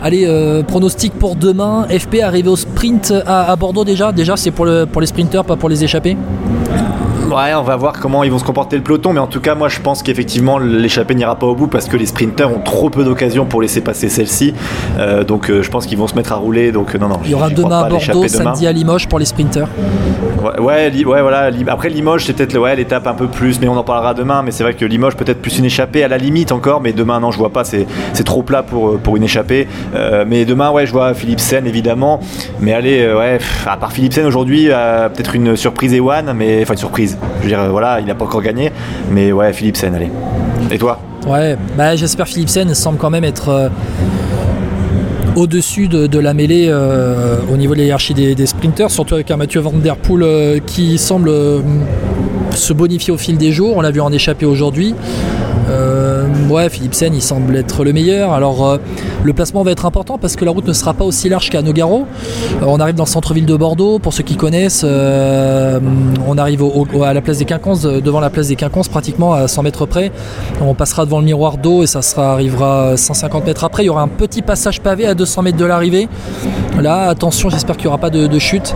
Allez, pronostic pour demain. FP arrivé au sprint à Bordeaux déjà. Déjà, c'est pour les sprinters, pas pour les échappés. Ouais, on va voir comment ils vont se comporter le peloton, mais en tout cas, moi je pense qu'effectivement l'échappée n'ira pas au bout parce que les sprinters ont trop peu d'occasions pour laisser passer celle-ci. Donc je pense qu'ils vont se mettre à rouler. Donc non. Il y aura demain à Bordeaux, samedi à Limoges pour les sprinters. Ouais, voilà. Après Limoges, c'est peut-être l'étape un peu plus, mais on en parlera demain. Mais c'est vrai que Limoges peut-être plus une échappée à la limite encore, mais demain non, je vois pas. C'est trop plat pour une échappée. Mais demain, ouais, je vois Philipsen évidemment. Mais allez, à part Philipsen aujourd'hui, peut-être une surprise Ewan, mais enfin une surprise. Je veux dire, voilà, il n'a pas encore gagné, mais ouais, Philipsen, allez. Et toi ? Ouais, j'espère Philipsen semble quand même être au-dessus de la mêlée au niveau de la hiérarchie des sprinters, surtout avec un Mathieu Van Der Poel qui semble se bonifier au fil des jours. On l'a vu en échappée aujourd'hui. Philipsen il semble être le meilleur. Alors le placement va être important parce que la route ne sera pas aussi large qu'à Nogaro. On arrive dans le centre-ville de Bordeaux, pour ceux qui connaissent. On arrive à la place des Quinconces, devant la place des Quinconces, pratiquement à 100 mètres près. On passera devant le miroir d'eau et ça arrivera 150 mètres après. Il y aura un petit passage pavé à 200 mètres de l'arrivée. Là, attention, j'espère qu'il n'y aura pas de chute.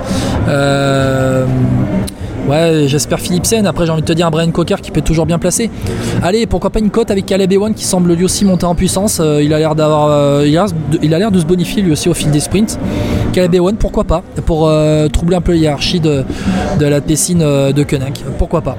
J'espère Philipsen. Après, j'ai envie de te dire un Brian Cocker qui peut être toujours bien placé. Allez, pourquoi pas une cote avec Caleb Ewan qui semble lui aussi monter en puissance. Il a l'air de se bonifier lui aussi au fil des sprints. Caleb Ewan, pourquoi pas, pour troubler un peu la hiérarchie de la Tessine de Koenig. Pourquoi pas.